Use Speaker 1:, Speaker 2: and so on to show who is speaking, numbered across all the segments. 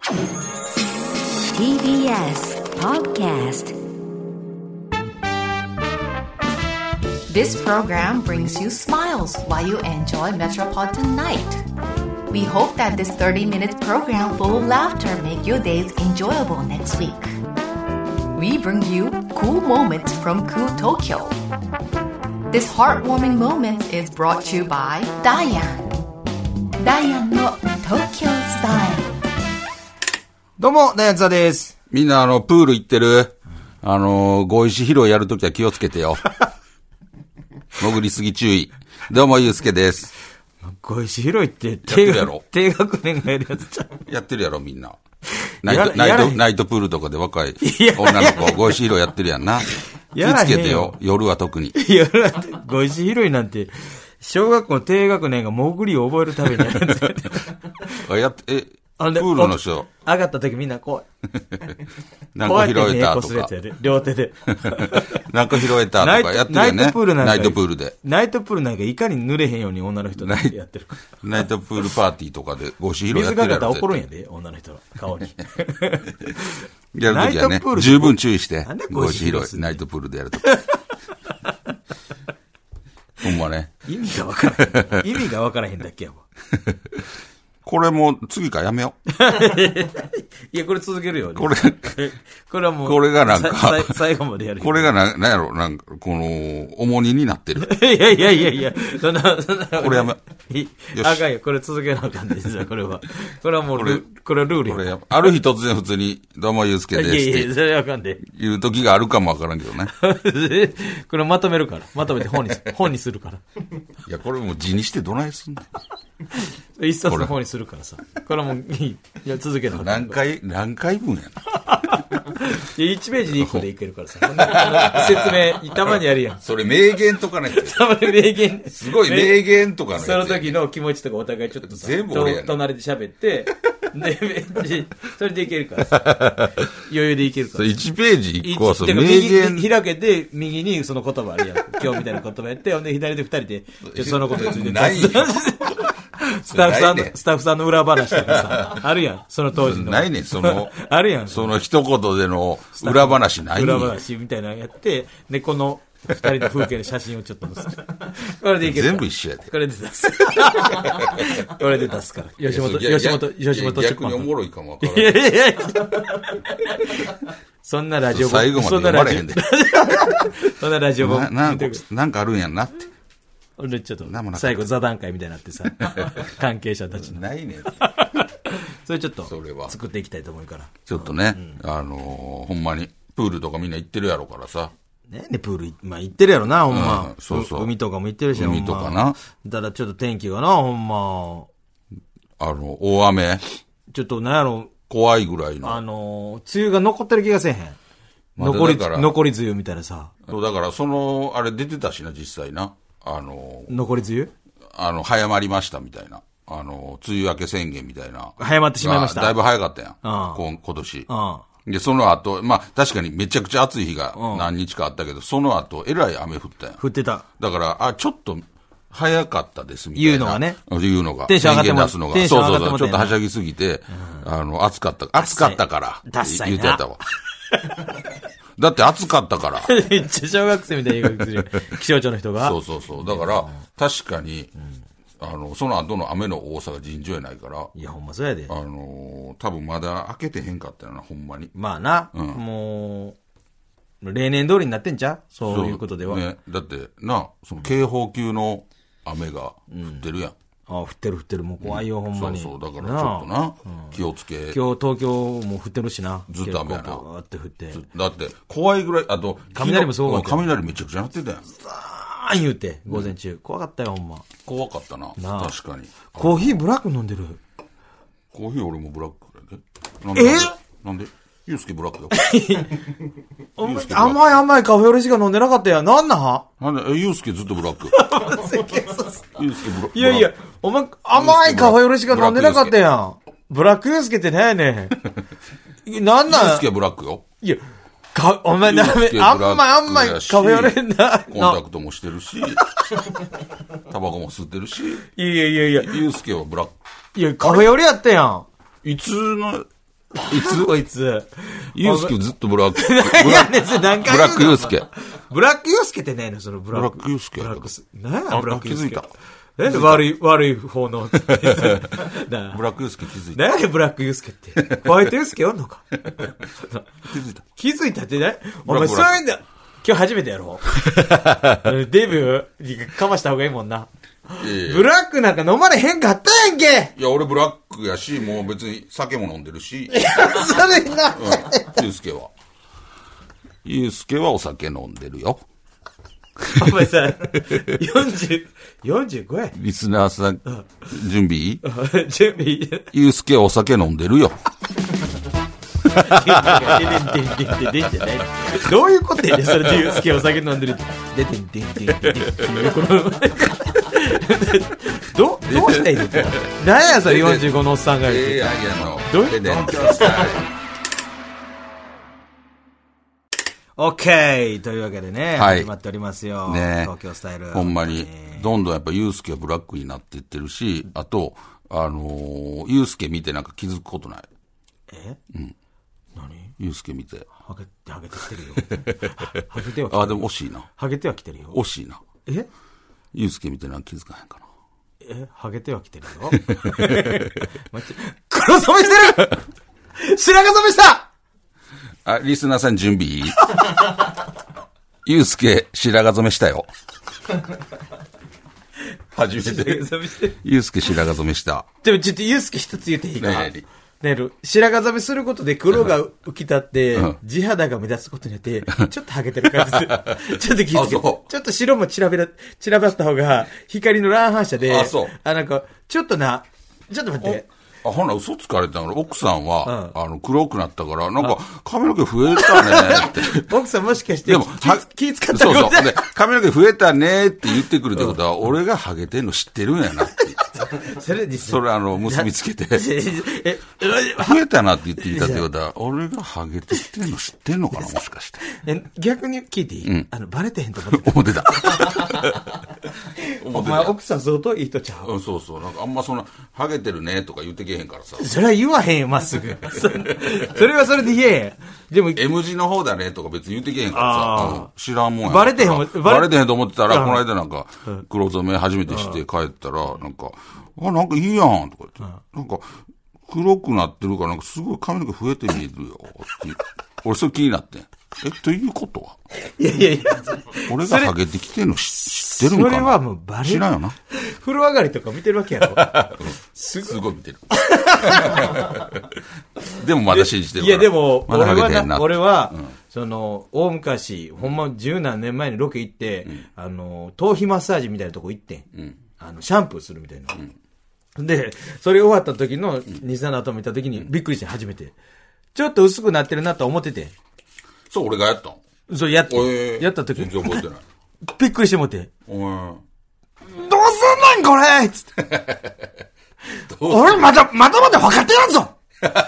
Speaker 1: TBS Podcast.
Speaker 2: This program brings you smiles while you enjoy Metropolitan Night. We hope that this 30-minute program full of laughter make your days enjoyable next week. We bring you cool moments from cool Tokyo. This heartwarming moment is brought to you by Diane. Diane の Tokyo Style。
Speaker 3: どうも、ダイアンツァです。
Speaker 4: みんなプール行ってる碁石拾いやるときは気をつけてよ。潜りすぎ注意。どうも、ゆうすけです。
Speaker 3: 碁石拾いって
Speaker 4: 低学
Speaker 3: 年がやるやつちゃう。
Speaker 4: やってるやろ、みんな。ナイトプールとかで若い女の子、碁石拾いやってるやんな。気をつけてよ、夜は特に。
Speaker 3: 夜は、碁石拾いなんて、小学校の低学年が潜りを覚えるためにやるんですよ。
Speaker 4: プールの人。
Speaker 3: 上がった時みんなこう。
Speaker 4: 何個拾えたとか。
Speaker 3: 両手で。
Speaker 4: 何個拾えたとかやってるよね。ナイトプールで。
Speaker 3: ナイトプールなんかいかに濡れへんように女の人でやってるか。
Speaker 4: ナイトプールパーティーとかでゴシ拾いやってるやろ。
Speaker 3: 水かけたら怒るんやで、女の人の顔に。
Speaker 4: やるときはね、十分注意して。ゴシ拾い、ナイトプールでやるとき。ほんまね。
Speaker 3: 意味がわからへんだっけやわ。
Speaker 4: これも次からやめよう。
Speaker 3: いや、これ続けるよ。
Speaker 4: これ
Speaker 3: はもう。
Speaker 4: これがなんか、
Speaker 3: 最後までやる。
Speaker 4: これがなんやろ、なんか、この、重荷になってる。
Speaker 3: いや、そんな。
Speaker 4: これやめ。
Speaker 3: あかんよ、これ続けなあかんですよ、これは。これはもう、これはルールや。
Speaker 4: ある日突然普通に、どうもゆうすけですって。
Speaker 3: いや、それはあかんで。
Speaker 4: 言う時があるかもわからんけどね。
Speaker 3: これまとめるから。まとめて本にするから。
Speaker 4: いや、これもう字にしてどないすんの
Speaker 3: 一冊の方にするからさ。これはもういや、続けな
Speaker 4: 何回分や
Speaker 3: な。1ページで1個でいけるからさ。説明、たまにやるやん。
Speaker 4: それ名言とかね。
Speaker 3: たまに名言。
Speaker 4: すごい名言とかのやつ。
Speaker 3: その時の気持ちとかお互いちょっとさ、
Speaker 4: 全部俺やな。
Speaker 3: 隣で喋って、で、それでいけるからさ。余裕でいけるから。
Speaker 4: 1ページ1個はその名言。
Speaker 3: 開けて、右にその言葉あるやん。今日みたいな言葉やって、ほんで左で2人で、そのことについて。
Speaker 4: ない
Speaker 3: スタッフさんの裏話とかさ、あるやん、その当時の。
Speaker 4: ないねん、
Speaker 3: あるやん。
Speaker 4: その一言での裏話ないねん。
Speaker 3: 裏話みたいなのやって、で、この二人の風景の写真をちょっと載せて。これでいける。
Speaker 4: 全部一緒やで。
Speaker 3: これで出す。これで出すから。吉本
Speaker 4: 逆におもろいかもわからん。
Speaker 3: いや。そんなラジオ
Speaker 4: 最後まで読まれへんで。
Speaker 3: そんなラジオ
Speaker 4: なんかあるんやんなって。
Speaker 3: 俺ちょっと、最後座談会みたいになってさ、関係者たちの。
Speaker 4: ないねん。
Speaker 3: それちょっと、作っていきたいと思うから。
Speaker 4: ちょっとね、ほんまに、プールとかみんな行ってるやろからさ。
Speaker 3: ねプール、まあ行ってるやろな、ほんま。
Speaker 4: そうそう。
Speaker 3: 海とかも行ってるし、
Speaker 4: 海とかな。
Speaker 3: ただちょっと天気がな、ほんま。
Speaker 4: 大雨。
Speaker 3: ちょっとなんやろ。
Speaker 4: 怖いぐらいの。
Speaker 3: 梅雨が残ってる気がせえへん。残り梅雨みたいなさ。
Speaker 4: そう、だから、あれ出てたしな、実際な。
Speaker 3: 残り梅雨
Speaker 4: 早まりましたみたいな。梅雨明け宣言みたいな。
Speaker 3: 早まってしまいました。
Speaker 4: だいぶ早かったやん。今年。で、その後、まあ、確かにめちゃくちゃ暑い日が何日かあったけど、その後、えらい雨降ったやん。
Speaker 3: 降ってた。
Speaker 4: だから、ちょっと、早かったですみたいな。
Speaker 3: 言うのがね。
Speaker 4: 言うのが。
Speaker 3: テンション上がって
Speaker 4: 出すのが。そう。ちょっとはしゃぎすぎて、暑かったから。言ってたわ。だって暑かったから。
Speaker 3: めっちゃ小学生みたいな言い方するよ。気象庁の人が。
Speaker 4: そう。だから、確かに、その後の雨の多さが尋常やないから。
Speaker 3: いや、ほんまそうやで。
Speaker 4: 多分まだ開けてへんかったよな、ほんまに。
Speaker 3: まあな。もう、例年通りになってんちゃうそういうことでは。
Speaker 4: ね。だって、その警報級の雨が降ってるやん。
Speaker 3: 降ってる。もう怖いよ、ほんまに。
Speaker 4: そう。だからちょっとな、気をつけ。
Speaker 3: 今日東京も降ってるしな。
Speaker 4: ずっと雨やな。
Speaker 3: って降って。
Speaker 4: だって、怖いぐらい、あと、
Speaker 3: 雷もすごかった。
Speaker 4: 雷めちゃくちゃ鳴ってたやん。
Speaker 3: 言うて、午前中。怖かったよ、ほんま。
Speaker 4: 怖かったな。確かに。
Speaker 3: コーヒーブラック飲んでる。
Speaker 4: コーヒー俺もブラックやで。なんでユースケブラックよ。
Speaker 3: 甘いカフェオレしか飲んでなかったやん。なん
Speaker 4: でユースケずっとブラック。ユースケブラック。
Speaker 3: いや、お前、甘いカフェオレしか飲んでなかったやん。ブラックユースケって何やねん。なんなん
Speaker 4: ユースケブラックよ。
Speaker 3: いや、お前ダメ。甘いカフェオレんだ。
Speaker 4: コンタクトもしてるし、タバコも吸ってるし。
Speaker 3: いや。
Speaker 4: ユースケはブラック。
Speaker 3: いや、カフェオレやったやん。
Speaker 4: いつのいつ
Speaker 3: こいつ。
Speaker 4: ユースケずっとブラック。
Speaker 3: いやね、それ何回
Speaker 4: ブラックユースケ。
Speaker 3: ブラックユースケってねえの、そのブラック。
Speaker 4: ブラックユースケ。
Speaker 3: ブラックス。何や、ブラックユースケ。
Speaker 4: 気づいた。
Speaker 3: 悪い方の。
Speaker 4: ブラックユースケ気づいた。
Speaker 3: 何や、ブラックユースケって。ホワイトユースケおんのか。
Speaker 4: 気づいた。
Speaker 3: 気づいたってね。お前そういうんだ。今日初めてやろう。デビューかました方がいいもんな。ブラックなんか飲まれへんかったやんけ。
Speaker 4: いや、俺ブラックやし、もう別に酒も飲んでるし。
Speaker 3: いや、それな。
Speaker 4: ユースケは。ユースケはお酒飲んでるよ。
Speaker 3: お前さ、45や。
Speaker 4: リスナーさん、準備いい？
Speaker 3: 準備。
Speaker 4: ユースケはお酒飲んでるよ。
Speaker 3: どういうことやねん、それでユースケお酒飲んでる。でてんてんてんてんてん。どうしたいの？何やそれ45のおっさんがいる。どういうオッケーというわけでね、
Speaker 4: はい、
Speaker 3: 始まっておりますよ。
Speaker 4: ね、
Speaker 3: 東京スタイル。
Speaker 4: ほんまに、どんどんやっぱユースケはブラックになっていってるし、あと、ユースケ見てなんか気づくことない。うん。
Speaker 3: 何？
Speaker 4: ユースケ見て。
Speaker 3: ハゲてきてるよ。ハゲては来てる。
Speaker 4: あ、でも惜しいな。
Speaker 3: ハゲては来てるよ。
Speaker 4: 惜しいな。ユースケ見てなんか気づかへんかな。
Speaker 3: ハゲては来てるよ。黒染めしてる白髪染めした
Speaker 4: あ、リスナーさん準備いい？ユースケ白髪染めしたよ。初めて。ユースケ白髪染めした。
Speaker 3: でもちょっとユースケ一つ言っていいか？
Speaker 4: ね
Speaker 3: 白髪染めすることで黒が浮き立って、地肌が目立つことによって、ちょっとハゲてる感じする。ちょっと気づけて。ちょっと白も散らばった方が、光の乱反射で、なんか、ちょっと待って。
Speaker 4: ほな、嘘つかれたから、奥さんは、黒くなったから、なんか、髪の毛増えたねって。
Speaker 3: 奥さんもしかして、気使った
Speaker 4: かもしれない。そう。で、髪の毛増えたねって言ってくるってことは、俺がハゲてんの知ってるんやなって。それ結びつけて。増えたなって言っていたってことは、俺がハゲてきてんの知ってんのかな、もしかして。
Speaker 3: 逆に聞いていい？バレてへんと思って。
Speaker 4: 思ってた。
Speaker 3: お前奥さん相当いい人ちゃう？
Speaker 4: そう。なんかあんまそんな、ハゲてるねとか言ってけへんからさ。
Speaker 3: それは言わへんよ、まっすぐ。それはそれで言えへん。でも、
Speaker 4: M 字の方だねとか別に言ってけへんからさ。知らんもんや。
Speaker 3: バレてへん
Speaker 4: と思ってたら、この間なんか、黒染め初めてして帰ったら、なんか、なんかいいやんとか言って。なんか、黒くなってるから、なんかすごい髪の毛増えて見えるよ。俺それ気になって。ということは？
Speaker 3: いや。
Speaker 4: 俺がハゲてきてんの知ってるんかな？
Speaker 3: それはもうバレる。
Speaker 4: 知らんよな。
Speaker 3: 風呂上がりとか見てるわけやろ。
Speaker 4: すごい見てる。でもまだ信じてるから。
Speaker 3: いやでも、俺は、大昔、ほんま十何年前にロケ行って、頭皮マッサージみたいなとこ行って、シャンプーするみたいな。で、それ終わった時の2、3の後見た時にびっくりして初めて。ちょっと薄くなってるなと思ってて。
Speaker 4: そう、俺がやったの？
Speaker 3: そう、やった時。
Speaker 4: 全然覚えてない。
Speaker 3: びっくりしてもって。どうすんねんこれつって。俺まだ分かってやんぞ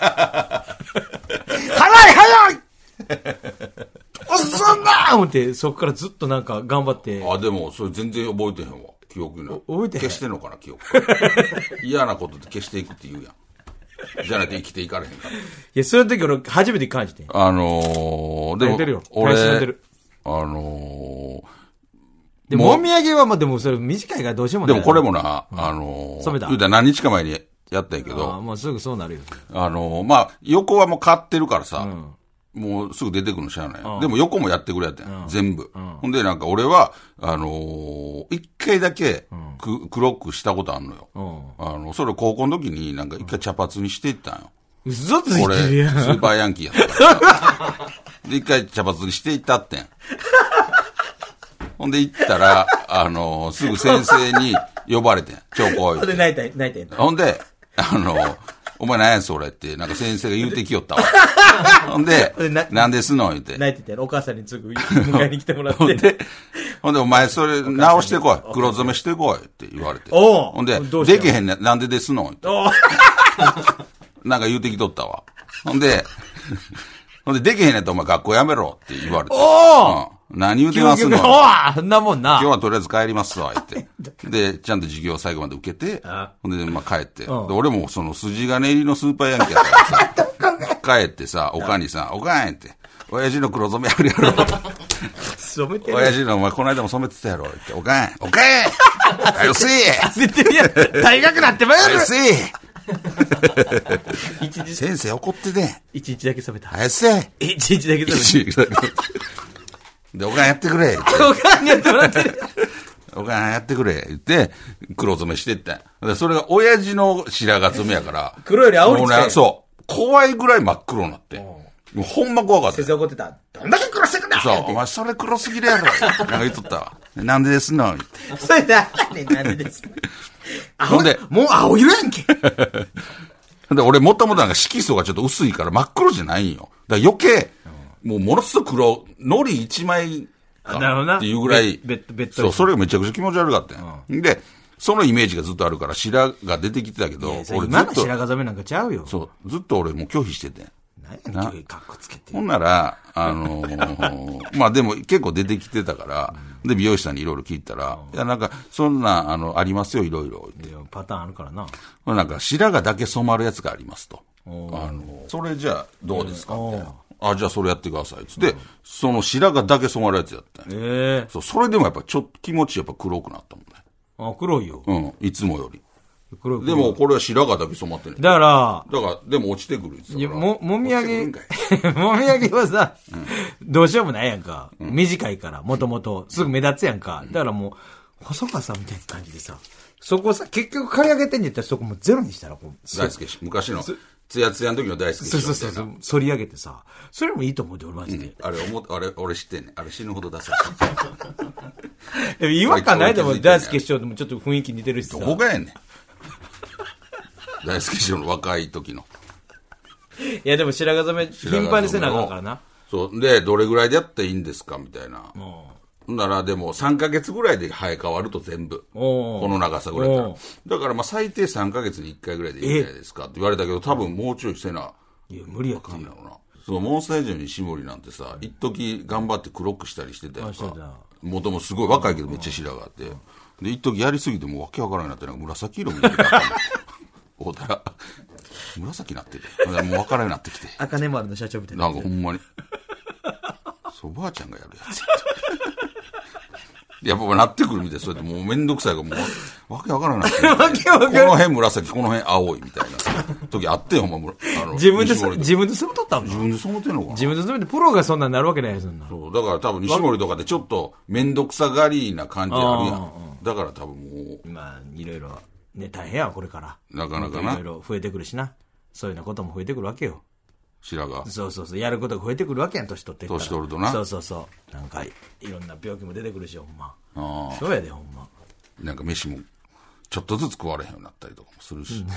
Speaker 3: 早いどうすんな思って、そっからずっとなんか頑張って。
Speaker 4: あ、でも、それ全然覚えてへんわ。記憶ない。
Speaker 3: 覚えてへん。
Speaker 4: 消してんのかな、記憶。嫌なことって消していくって言うやん。じゃないと生きていかれへんから。い
Speaker 3: や、そういう時俺初めて感じて。
Speaker 4: でも、俺、
Speaker 3: でも、お土産はでもそれ短いからどうしようもない。
Speaker 4: でもこれもな、
Speaker 3: 染めた。
Speaker 4: 言うたら何日か前にやったんやけど。
Speaker 3: もうすぐそうなるよ。
Speaker 4: 横はもう買ってるからさ、もうすぐ出てくるのしゃあない。でも横もやってくれやったんや。全部。ほんでなんか俺は、一回だけ、黒くしたことあんのよ。それ高校の時になんか一回茶髪にしていったんよ。
Speaker 3: 嘘ついてるやん。
Speaker 4: 俺、スーパーヤンキーやったから。で、一回茶髪にしていったってん。ほんで行ったら、すぐ先生に呼ばれてん。今日来い。
Speaker 3: ほんで泣いてん。
Speaker 4: ほんで、お前何やそれって、なんか先生が言うてきよったわ。ほんで、なんですの言うて。
Speaker 3: 泣いてて、お母さんにすぐ迎えに来てもらって。
Speaker 4: ほんで、お前それ直してこい。黒染めしてこいって言われて。ほんで、できへんねん、なんでですの言って。なんか言うてきとったわ。ほんで、できへんねんとお前学校やめろって言われて。何言うてますの？
Speaker 3: そんなもんな。
Speaker 4: 今日はとりあえず帰りますわ、言って。で、ちゃんと授業最後まで受けて、ほんで、帰って。で、俺もその筋金入りのスーパーヤンキーやったからさ。 帰ってさ、おかんにさ、おかんって、親父の黒染めあるやろ。
Speaker 3: 染めてる。
Speaker 4: 親父のお前この間も染めてたやろ。って、おかんはよせえ
Speaker 3: 焦ってるやん。大学なってまいる。
Speaker 4: はよせえ先生怒ってて。
Speaker 3: 一日だけ染めた。
Speaker 4: はよせえ
Speaker 3: 一日だけ染めた。
Speaker 4: で、おかんやってくれ。
Speaker 3: おかんにやってもらってる。
Speaker 4: おかんやってくれ。言って、黒染めしてったん。それが親父の白髪染めやから。
Speaker 3: 黒より青に近い。
Speaker 4: そう。怖いぐらい真っ黒になって。もうほんま怖かった。
Speaker 3: 先生怒ってた。どんだけ黒してくんだ
Speaker 4: そう。お前それ黒すぎるやろ。なんか言っとったわ。なんでですのって。
Speaker 3: それだね、なんでですの。
Speaker 4: ほんで、
Speaker 3: もう青色やんけ。
Speaker 4: で、俺もともとなんか色素がちょっと薄いから真っ黒じゃないんよ。だから余計、もうものすごく黒、海苔一枚かっていうぐらい、そう、それがめちゃくちゃ気持ち悪かったよ。で、そのイメージがずっとあるから白が出てきてたけど、
Speaker 3: 俺ずっと。今の白髪染めなんかちゃうよ。
Speaker 4: そう、ずっと俺もう拒否してて。
Speaker 3: 何やねん、カッコつけて。
Speaker 4: ほんなら、まあでも結構出てきてたから、で、美容師さんにいろいろ聞いたら、いや、なんか、そんな、ありますよ、いろいろ。
Speaker 3: パターンあるからな。
Speaker 4: なんか、白髪だけ染まるやつがありますと。それじゃあ、どうですかみたいな。あ、じゃあそれやってください。つって、その白髪だけ染まるやつやったんや。そう、それでもやっぱちょっと気持ちやっぱ黒くなったもんね。
Speaker 3: あ、黒いよ。
Speaker 4: うん、いつもより。でもこれは白髪だけ染まってる。
Speaker 3: だから、
Speaker 4: でも落ちてくるんですよ。
Speaker 3: もみあげ、もみあげはさ、どうしようもないやんか。短いから、もともと。すぐ目立つやんか。だからもう、細川さんみたいな感じでさ、そこさ、結局刈り上げてんやったらそこもゼロにしたら、
Speaker 4: 大輔氏。昔の、ツヤツヤの時の大輔氏。
Speaker 3: そう。反り上げてさ、それもいいと思うで、俺マジで。
Speaker 4: あれ、俺知ってんねん。あれ死ぬほどダサ
Speaker 3: い。違和感ないでも、大輔師匠でもちょっと雰囲気似てるしさ。
Speaker 4: どこがやねん。大輔師匠の若い時の。
Speaker 3: いや、でも白髪染め、頻繁にせなあかんからな。
Speaker 4: そう。で、どれぐらいでやっていいんですかみたいな。なら、でも3ヶ月ぐらいで生え変わると全部。この長さぐらいから。だから、まあ、最低3ヶ月に1回ぐらいでいいんじゃないですかって言われたけど、多分もうちょいせな。
Speaker 3: いや、無理やったん
Speaker 4: だろうな。そう、モンスター以上に石森なんてさ、一時頑張って黒くしたりしてたやんか。元もすごい若いけどめっちゃ白があって。で、一時やりすぎてもうわけわからないなって、なんか紫色みたいになったの。おたら、紫になってる。もうわからんようになってきて。
Speaker 3: 赤根丸の社長みたいな。
Speaker 4: なんかほんまに。そう、ばあちゃんがやるやつ。やっぱなってくるみたい。それってもうめんどくさいからもう、わけわからんなってる。わけわからん。この辺紫、この辺青いみたいな時あってよ、ほんま。
Speaker 3: 自分で染めとったん
Speaker 4: 自分で染めてんのかな。
Speaker 3: 自分で染めて、プロがそんなんなるわけないやつな。
Speaker 4: そう、だから多分西森とかでちょっとめんどくさがりな感じあるやん。だから多分もう。
Speaker 3: まあ、いろいろ。ね、大変やわ、これから。
Speaker 4: なかなかな。
Speaker 3: いろいろ増えてくるしな。そういうようなことも増えてくるわけよ。
Speaker 4: 白髪。
Speaker 3: そう。やることが増えてくるわけやん、年取って
Speaker 4: 年取るとな。
Speaker 3: そう。なんか、いろんな病気も出てくるし、ほんま。そうやで、ほんま。
Speaker 4: なんか飯も、ちょっとずつ食われへんようになったりとかもするし。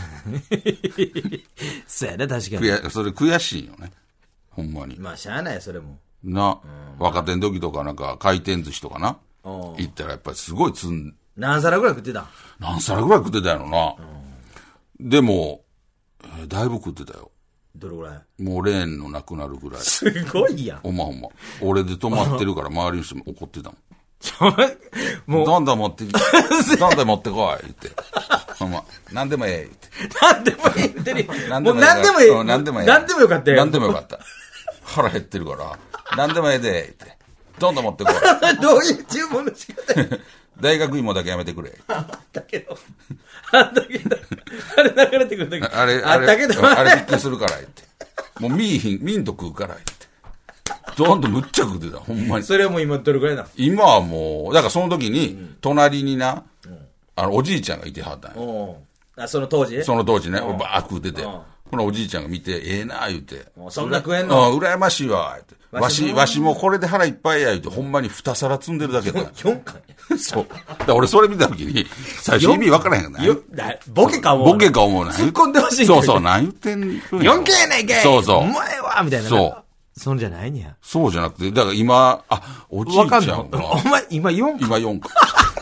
Speaker 3: そうやね、確かに。
Speaker 4: それ悔しいよね。ほんまに。
Speaker 3: まあ、しゃあない、それも。
Speaker 4: な。若手の時とかなんか回転寿司とかな。行ったらやっぱりすごい
Speaker 3: 何皿ぐらい食ってた？
Speaker 4: 何皿ぐらい食ってたやろな。でも、だいぶ食ってたよ。
Speaker 3: どれぐらい？
Speaker 4: もうレーンのなくなるぐらい。
Speaker 3: すごいやん。
Speaker 4: ほんま。俺で止まってるから周りの人も怒ってたもん。もう。どんどん持ってこい、って。ほんま。なんでもええ、って。
Speaker 3: なんでもええって。
Speaker 4: なんでも
Speaker 3: ええ。
Speaker 4: なんでもええ。
Speaker 3: なんでもよかったよ。
Speaker 4: なんでもよかった。腹減ってるから、なんでもええで、って。どんどん持ってこい。
Speaker 3: どういう注文の仕方
Speaker 4: 大学芋だけやめてくれ。
Speaker 3: だけど。あれ流れてくるとき。
Speaker 4: あれびっくりするから、って。もうミント食うから、って。どんどんむっちゃ食ってた、ほんまに。
Speaker 3: それはもう今どれくらいなの？
Speaker 4: 今はもう、だからその時に、隣にな、おじいちゃんがいてはったんや。
Speaker 3: その当時ね。
Speaker 4: その当時ね、俺バー食ってて。このおじいちゃんが見て、ええな、言うて。
Speaker 3: そんな食えんの？
Speaker 4: 羨ましいわ、って。わしもこれで腹いっぱいや、言うて、ほんまに2皿積んでるだけだ。
Speaker 3: 4回
Speaker 4: そう。だから俺それ見た時に、最初意味わからへんから
Speaker 3: ね。ボケか思う。突っ込んでほしい。
Speaker 4: そう、何言ってんの？
Speaker 3: 4K やないかい。
Speaker 4: そう。
Speaker 3: お前はみたいな。そう。そんじゃないんや。
Speaker 4: そうじゃなくて、だから今、おじいちゃんは。
Speaker 3: お前、今4か。
Speaker 4: 今4か。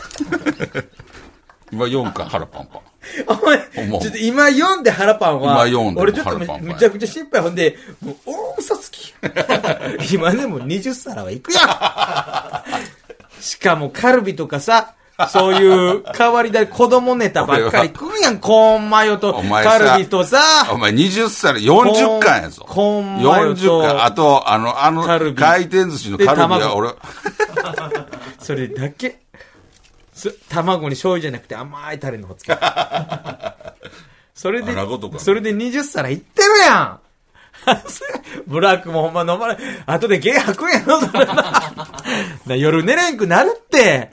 Speaker 4: 今4か、腹パンパン。
Speaker 3: お前、ちょっと今読んで腹パンは、俺ちょっとむちゃくちゃ心配。ほんで、もう大嘘つき。今でも20皿はいくやん。しかもカルビとかさ、 そういう変わりだ、子供ネタばっかり食うやん。コーンマヨとカルビとさ。
Speaker 4: お前20歳、40巻やぞ。
Speaker 3: コーンマヨと。
Speaker 4: 40巻。あと、回転寿司のカルビは俺。
Speaker 3: それだけ。卵に醤油じゃなくて甘いタレの方つけた。それで20皿いってるやん。ブラックもほんま飲まない。後でゲー吐くんやろ、それな。夜寝れんくなるって。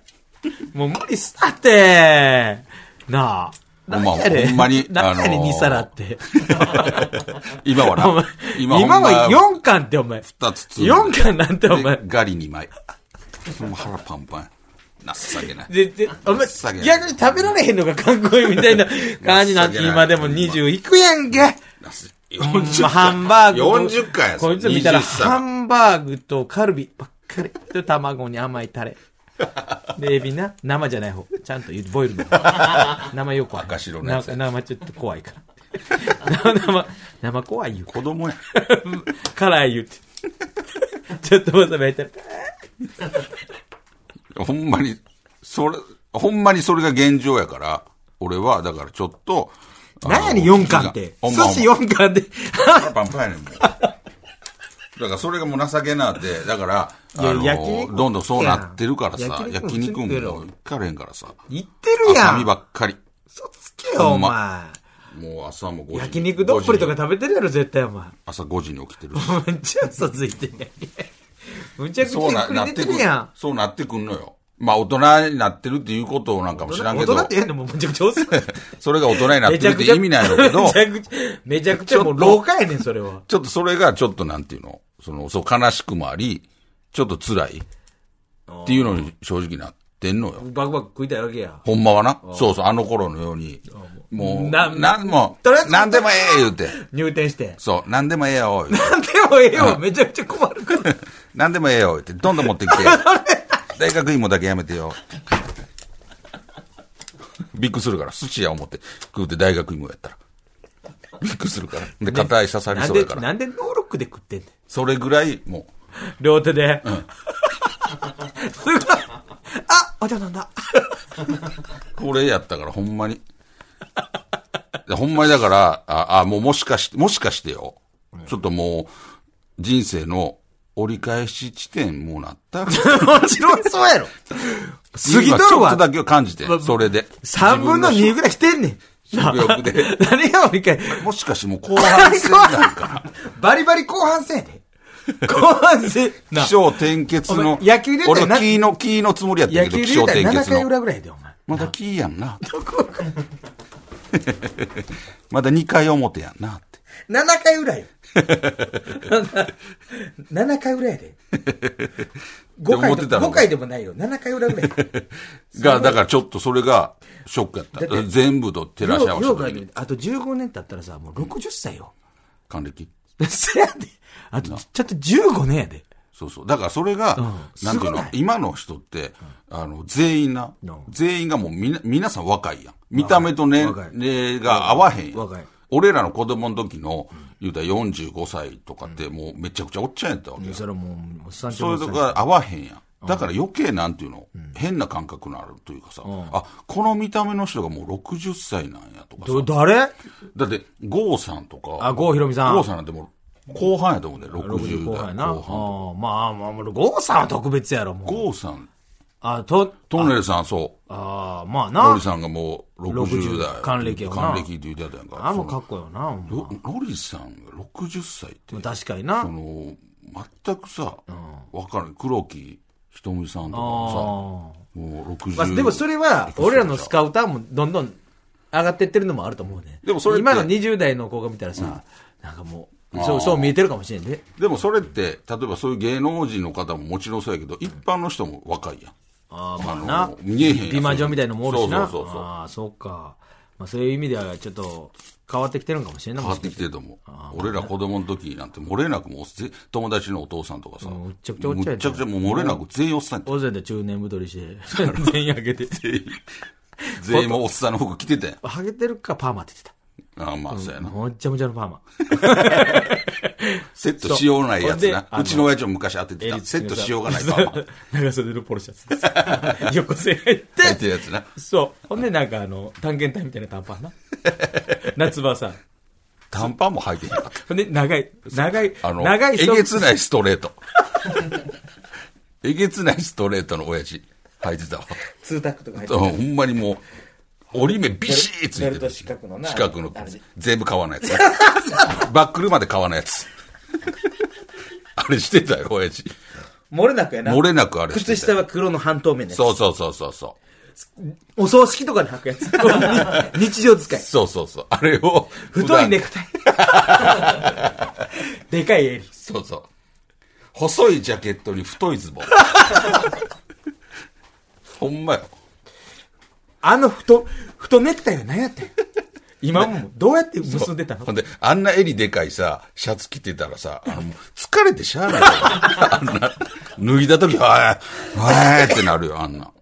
Speaker 3: もう無理したって。なあ。
Speaker 4: ほんまに。
Speaker 3: 何やねん、2皿って。
Speaker 4: 今はな。
Speaker 3: 今は4貫ってお前。
Speaker 4: 2つ
Speaker 3: 4貫なんてお前。
Speaker 4: ガリ2枚。腹パンパン。情けない。
Speaker 3: お前、逆に食べられへんのがかっこいいみたいな感じになって、今でも20いくやんけ。ハンバーグ。
Speaker 4: 40回や
Speaker 3: こいつ見たら、ハンバーグとカルビばっかり。と卵に甘いタレ。で、エビな。生じゃない方。ちゃんとボイルの。生よく怖い。
Speaker 4: 赤白のやつ。
Speaker 3: 生ちょっと怖いから。生怖いよ。
Speaker 4: 子供や。
Speaker 3: 辛い言うて。ちょっとわさび入ったら。
Speaker 4: ほんまにそれが現状やから、俺は、だからちょっと。
Speaker 3: 何やねん、4貫って。寿司4貫で。
Speaker 4: パンパンやねん、もう。だからそれがもう情けなって、だから、どんどんそうなってるからさ、焼肉も行かれへんからさ。
Speaker 3: 行ってるやん。
Speaker 4: 赤身ばっかり。
Speaker 3: 嘘つけよ、お前。
Speaker 4: もう朝も5時。
Speaker 3: 焼肉どっぷりとか食べてるやろ、絶対お前。
Speaker 4: 朝5時に起きてるし。
Speaker 3: めっちゃ嘘ついてんやん。むちゃくちゃゆっくり寝てるやん。
Speaker 4: そうなってくんのよ。まあ大人になってるっていうことなんかも知らんけど。
Speaker 3: 大人って言うのもむちゃくちゃ遅い。
Speaker 4: それが大人になってるって意味ないのけど。
Speaker 3: めちゃくちゃもう老化やねん、それは。
Speaker 4: ちょっとそれがちょっとなんていうの、そう悲しくもあり、ちょっと辛いっていうのに正直なってんのよ。
Speaker 3: バクバク食いたいわけや。
Speaker 4: ほんまはな。そうそう、あの頃のように。もう、なんでもええ言うて。
Speaker 3: 入店して。
Speaker 4: そう、なんでもええよ。
Speaker 3: なんでもええよ。めちゃくちゃ困るから。
Speaker 4: なんでもええよ。言って、どんどん持ってきて。大学芋だけやめてよ。びっくりするから、寿司屋思って食うて大学芋やったら。びっくりするから。で、硬い刺さりそうやから。
Speaker 3: なんでノーロックで食ってんねん。
Speaker 4: それぐらい、も
Speaker 3: う。両手で。うん。すごい。あ、じゃあなんだ。
Speaker 4: これやったから、ほんまに。ほんまにだから、もしかしてよ。ちょっともう、人生の折り返し地点もうなった。
Speaker 3: もちろんそうやろ。過ぎとるわ。
Speaker 4: ちょっとだけ感じて、それで。
Speaker 3: 3分の2ぐらいしてんねん。
Speaker 4: 食欲で。
Speaker 3: 何が折り返
Speaker 4: しもしかしてもう後半戦なんか。
Speaker 3: バリバリ後半戦やで。後半戦。
Speaker 4: 気象転結の。
Speaker 3: 野球で言ったら
Speaker 4: 俺キーのつもりやったけど、気象転結の。
Speaker 3: 7回裏ぐらいで、お前。
Speaker 4: まだキーやんな。まだ2回表やんなって。
Speaker 3: 7回裏よ。7回裏やで。5回でもないよ。7回裏ぐらい。
Speaker 4: だからちょっとそれがショックやった。全部と照らし合わせた時に。
Speaker 3: あと15年経ったらさ、もう60歳よ。
Speaker 4: 還暦。
Speaker 3: せやで。あと、ちょっと15年やで。
Speaker 4: そうそう。だからそれが、なんていうの、今の人って、全員がもう皆さん若いやん。見た目と年齢が合わへんやん。俺らの子供の時の、言うたら45歳とかってもうめちゃくちゃおっちゃんやったわけや。
Speaker 3: それもう、
Speaker 4: それとか合わへんやん。だから余計なんていうの、変な感覚になるというかさ、この見た目の人がもう60歳なんやとかさ。
Speaker 3: 誰？
Speaker 4: だって、郷さんとか。
Speaker 3: 郷ひろみさん。
Speaker 4: 郷さんなんてもう、後半やと思うね、60代後半。
Speaker 3: まあ、郷さんは特別やろ、もう。
Speaker 4: 郷さん。
Speaker 3: ト
Speaker 4: ンネルさん、そう。
Speaker 3: まあな。
Speaker 4: ノリさんがもう60代。
Speaker 3: 還暦やな。
Speaker 4: 還暦って言ってたやんか。
Speaker 3: もうかっこよな。
Speaker 4: ノリさんが60歳って。
Speaker 3: 確かにな。
Speaker 4: 全くさ、わかる。黒木ひとみさんとかもさ、もう60。
Speaker 3: でもそれは、俺らのスカウターもどんどん上がってってるのもあると思うね。
Speaker 4: でもそれ
Speaker 3: 今の20代の子が見たらさ、なんかもう、そう見えてるかもしれんね。
Speaker 4: でもそれって、例えばそういう芸能人の方ももちろんそうやけど、一般の人も若いやん。
Speaker 3: まあな。
Speaker 4: 見えへんやん。
Speaker 3: 美魔女みたいなのもおるしな。
Speaker 4: そう。
Speaker 3: そうか。まあそういう意味ではちょっと変わってきてるんかもしれない。
Speaker 4: 変わってきてると思う。俺ら子供の時なんて漏れなくもう友達のお父さんとかさ、
Speaker 3: むっちゃくちゃおっちゃい。
Speaker 4: むっちゃくちゃもう漏れなく全員おっさんやった。
Speaker 3: 大勢で中年太りして、全員ハゲて。
Speaker 4: 全員もおっさんの服着てたやん。
Speaker 3: ハゲてるかパーマって言ってた。
Speaker 4: まあそうやな。
Speaker 3: もっちゃもちゃのパーマ。
Speaker 4: セットしようないやつな。うちの親父も昔当ててた。セットしようがないパーマ。
Speaker 3: 長袖のポロシャツです。横線入って。
Speaker 4: 入ってるやつな。
Speaker 3: そう。ほんでなんか探検隊みたいな短パンな。夏場さ。
Speaker 4: 短パンも履いてた。
Speaker 3: ほんで長い
Speaker 4: えげつないストレート。えげつないストレートの親父履いてたわ。
Speaker 3: ツータックとか入ってた。
Speaker 4: ほんまにもう、折り目ビシーついてる。
Speaker 3: 四角のな。
Speaker 4: 四角の。全部革のやつ。バックルまで革のやつ。あれしてたよ、親父。
Speaker 3: 漏れなくやな。
Speaker 4: 漏れなくあれしてた。
Speaker 3: 靴下は黒の半透明のやつ。
Speaker 4: そう。
Speaker 3: お葬式とかで履くやつ。日常使い。
Speaker 4: そう。あれを。
Speaker 3: 太いネクタイ。でかい襟。
Speaker 4: そう。細いジャケットに太いズボン。ほんまよ。
Speaker 3: 太ネクタイは何やってん今もどうやって結んでたの？
Speaker 4: ほんで、あんな襟でかいさ、シャツ着てたらさ、疲れてしゃあないよ。あんな、脱いだ時は、ってなるよ、あんな。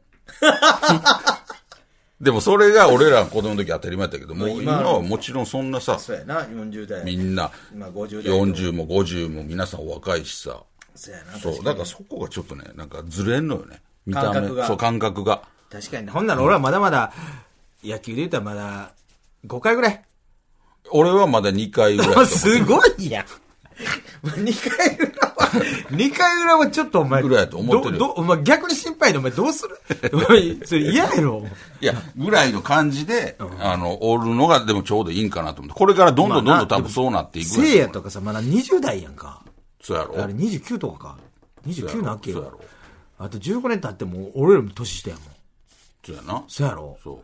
Speaker 4: でもそれが俺ら子供の時当たり前だったけど、もう今はもちろんそんなさ、
Speaker 3: そうやな、40代。
Speaker 4: みんな、
Speaker 3: 今50代。
Speaker 4: 40も50も皆さんお若いしさ。
Speaker 3: そうやな。
Speaker 4: そう、だからそこがちょっとね、なんかずれんのよね。見た目。
Speaker 3: 感覚が。
Speaker 4: そう、感覚が。
Speaker 3: 確かにね。ほんなら俺はまだまだ、野球で言ったらまだ、5回ぐらい。
Speaker 4: 俺はまだ2回ぐらい。
Speaker 3: すごいやん。2回裏はちょっとお前、
Speaker 4: ぐらいやと思ってるよ。
Speaker 3: お前逆に心配でお前どうするそれ嫌やろ。
Speaker 4: いや、ぐらいの感じで、おるのがでもちょうどいいんかなと思って。これからどんどん多分そうなっていく。
Speaker 3: せいやとかさ、まだ20代やんか。
Speaker 4: そうやろ。
Speaker 3: あれ29とかか。29なわけよ。そうやろ。あと15年経っても俺らも年下やもん。
Speaker 4: そうやな。
Speaker 3: そうやろ。
Speaker 4: そう。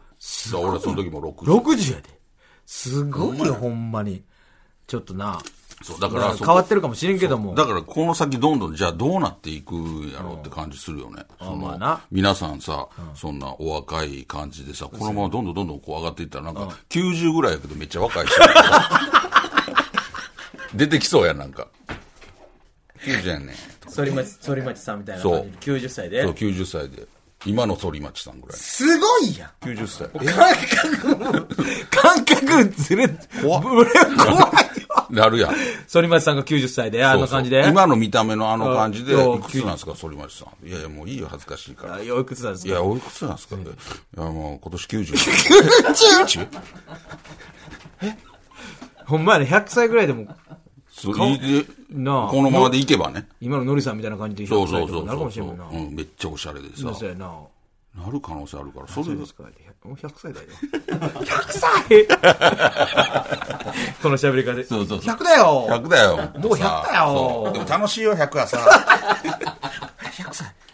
Speaker 4: 俺その時も60。
Speaker 3: 60やで。すごいよ、ほんまに。ちょっとな。
Speaker 4: そう、だから
Speaker 3: 変わってるかもしれんけども。
Speaker 4: だからこの先どんどんじゃあどうなっていくやろうって感じするよね。
Speaker 3: まあな。
Speaker 4: 皆さんさ、そんなお若い感じでさ、このままどんどんこう上がっていったらなんか90ぐらいやけどめっちゃ若い人出てきそうやん、なんか。90やねん。
Speaker 3: 反町さんみたいな感じで90歳で。
Speaker 4: そう、90歳で。今の反町さんぐらい。
Speaker 3: すごいやん。
Speaker 4: 90歳。
Speaker 3: 感覚ずれ、怖いよ。
Speaker 4: なるやん。
Speaker 3: 反町さんが90歳で、あの感じで。
Speaker 4: 今の見た目のあの感じで、いくつなんですか、反町さん。いや、もういいよ、恥ずかしいから。
Speaker 3: いや、おいくつなんですか？
Speaker 4: いや、おいくつなんですか？いや、もう今年90。90?
Speaker 3: ほんまやね、100歳ぐらいでも。
Speaker 4: このままでいけばね。
Speaker 3: 今のノリさんみたいな感じで100歳とかなるかもしれんもんな。
Speaker 4: めっちゃおしゃれでさ。
Speaker 3: そうやな。
Speaker 4: なる可能性あるから、
Speaker 3: それですか。100歳だよ。100歳この喋り方で。
Speaker 4: そう。
Speaker 3: 100だよ
Speaker 4: !100 だよ。
Speaker 3: もう100だよ。
Speaker 4: でも楽しいよ、100はさ。
Speaker 3: 100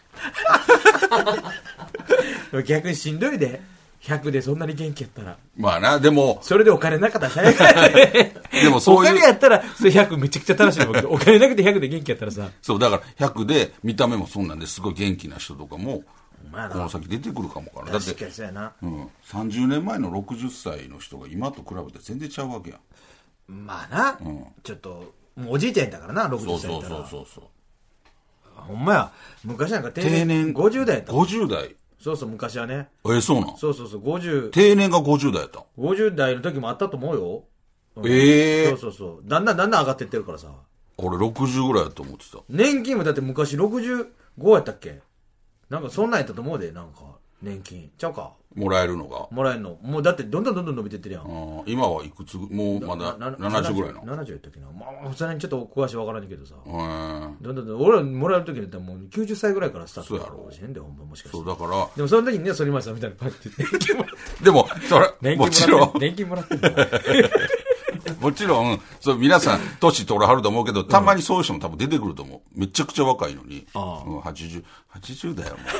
Speaker 3: 歳。逆にしんどいで。100でそんなに元気やったら。
Speaker 4: まあな、でも。
Speaker 3: それでお金なかったら最悪でもそういう。お金やったら、それ100めちゃくちゃ楽しいわけど、お金なくて100で元気やったらさ。
Speaker 4: そう、だから100で見た目もそんなんですごい元気な人とかも、この先出てくるかもから。だって、30年前の60歳の人が今と比べて全然ちゃうわけやん。
Speaker 3: まあな、ちょっと、もうおじいちゃんだからな、60歳やったら。そう。ほんまや、昔なんか定年50代やった。
Speaker 4: 50代。
Speaker 3: そう、昔はね。
Speaker 4: そうなん？
Speaker 3: そう、50。
Speaker 4: 定年が50代やった。
Speaker 3: 50代の時もあったと思うよ。そう。だんだん上がってってるからさ。
Speaker 4: 俺60ぐらいやと思ってた。
Speaker 3: 年金もだって昔65やったっけ？なんかそんなんやったと思うで、なんか、年金。ちゃうか。
Speaker 4: もらえるのが。
Speaker 3: もらえるの。もうだってどんどん伸びてってるやん。
Speaker 4: 今はいくつ、もうまだ70ぐらいの。
Speaker 3: 70やったっけな。まあ、それにちょっと詳しいわからんけどさ。どんどん、俺らもらえる時にやったらもう90歳ぐらいからスタートだろうかもしれんで、ほんまもしかして。
Speaker 4: そう、だから。
Speaker 3: でもその時にね、反町さんみたいなパッて言って。
Speaker 4: でも、それ、もちろん。
Speaker 3: 年金もらってん
Speaker 4: もちろん、皆さん、年取らはると思うけど、たまにそういう人も多分出てくると思う。めちゃくちゃ若いのに。80だよ、もう。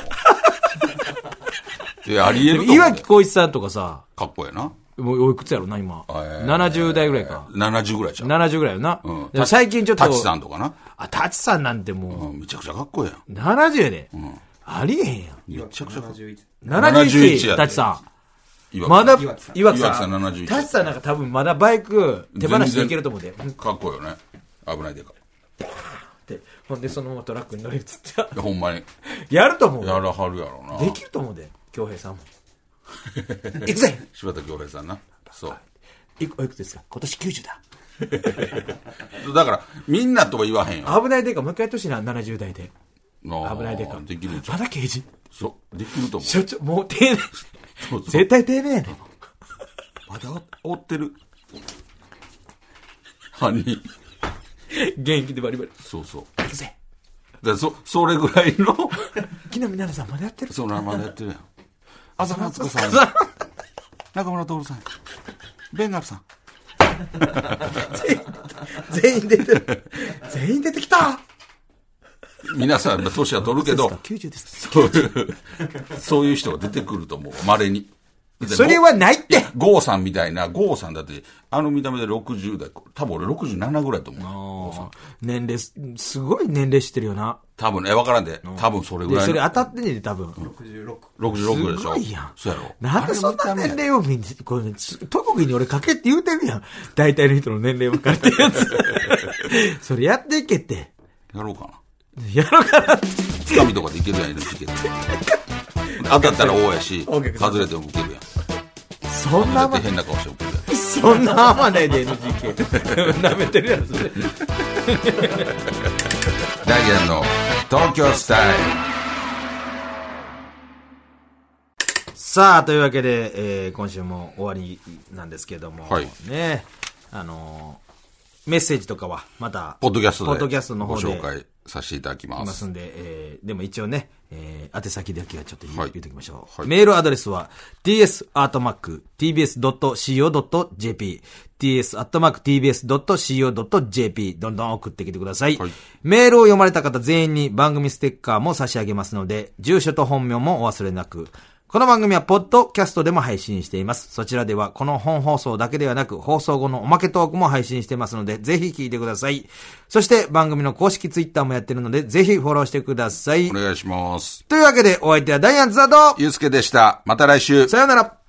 Speaker 4: ありえると思う。
Speaker 3: 岩城浩一さんとかさ。
Speaker 4: かっこええな。
Speaker 3: もうおいくつやろな、今。70代ぐらいか。
Speaker 4: 70ぐらいじゃん。
Speaker 3: 70ぐらいよな。でも最近ちょっと。
Speaker 4: タチさんとかな。
Speaker 3: タチさんなんてもう。
Speaker 4: めちゃくちゃかっこええ
Speaker 3: やん。70やで。ありえへんやん。
Speaker 4: めちゃくちゃかっこええ。
Speaker 3: 71や。タチさん。まだ、岩城さん。
Speaker 4: 71。
Speaker 3: タチさんなんか多分まだバイク手放していけると思うで。
Speaker 4: かっこいいよね。危ないでか。
Speaker 3: ほんでそのままトラックに乗れっつって。
Speaker 4: ほんまに。
Speaker 3: やると思う。
Speaker 4: やらはるやろな。
Speaker 3: できると思うで。京平さんも。行くぜ
Speaker 4: 柴田恭平さんな。そう。
Speaker 3: おいくつですか？今年90だ。
Speaker 4: だから、みんなとは言わへんよ。
Speaker 3: 危ないでか、もう一回やってほしいな、70代で。危ないでか。
Speaker 4: できるんちゃう。
Speaker 3: まだ刑事。
Speaker 4: そう、できると思う。
Speaker 3: 所長、もう丁寧。
Speaker 4: そう
Speaker 3: 絶対丁寧やねん。
Speaker 4: まだ追ってる。犯人。
Speaker 3: 元気でバリバリ。
Speaker 4: そうそう。
Speaker 3: 行くぜ。
Speaker 4: それぐらいの。
Speaker 3: 木南奈々さんまだやってる。
Speaker 4: そう、まだやってるやん。浅野敦子さん。中村徹さん。ベンガルさん。
Speaker 3: 全員出てる。全員出てきた。
Speaker 4: 皆さん、年は取るけど、
Speaker 3: 90です。
Speaker 4: そういう人が出てくると思う。稀に。
Speaker 3: それはないって。
Speaker 4: ゴーさんみたいな、ゴーさんだって、あの見た目で60代、多分俺67ぐらいだと思う。
Speaker 3: 年齢、すごい年齢してるよな。
Speaker 4: 多分ね、わからんで。多分それぐらい。
Speaker 3: それ当たってねえで、多分。
Speaker 4: 66でしょ。
Speaker 3: すごいやん。
Speaker 4: そうやろ。
Speaker 3: なんでそんな年齢を見に、これ、特技に俺かけって言うてるやん。大体の人の年齢分かってるやつ。それやっていけって。
Speaker 4: やろうかな。
Speaker 3: やろうかな。
Speaker 4: つかみとかでいけるやん、NHK って。当たったら大やし、外れても受けるやん。
Speaker 3: そんな
Speaker 4: 甘い。変な顔して受けるやん。
Speaker 3: そんな甘ないで NGK。舐めてるやつね。
Speaker 4: ダイアンの東京スタイル。
Speaker 3: さあ、というわけで、今週も終わりなんですけども、
Speaker 4: はい、
Speaker 3: ね、メッセージとかはまた、
Speaker 4: ポッドキャスト
Speaker 3: の方で
Speaker 4: ご紹介させていただきます。
Speaker 3: んで、でも一応ね、宛先だけはちょっと言っておきましょう。
Speaker 4: はい、
Speaker 3: メールアドレスは ts@tbs.co.jp ts@tbs.co.jp どんどん送ってきてください、はい。メールを読まれた方全員に番組ステッカーも差し上げますので、住所と本名もお忘れなく。この番組はポッドキャストでも配信しています。そちらではこの本放送だけではなく放送後のおまけトークも配信してますのでぜひ聞いてください。そして番組の公式ツイッターもやってるのでぜひフォローしてください。
Speaker 4: お願いします。
Speaker 3: というわけでお相手はダイアンツだと
Speaker 4: ゆうすけでした。また来週。
Speaker 3: さようなら。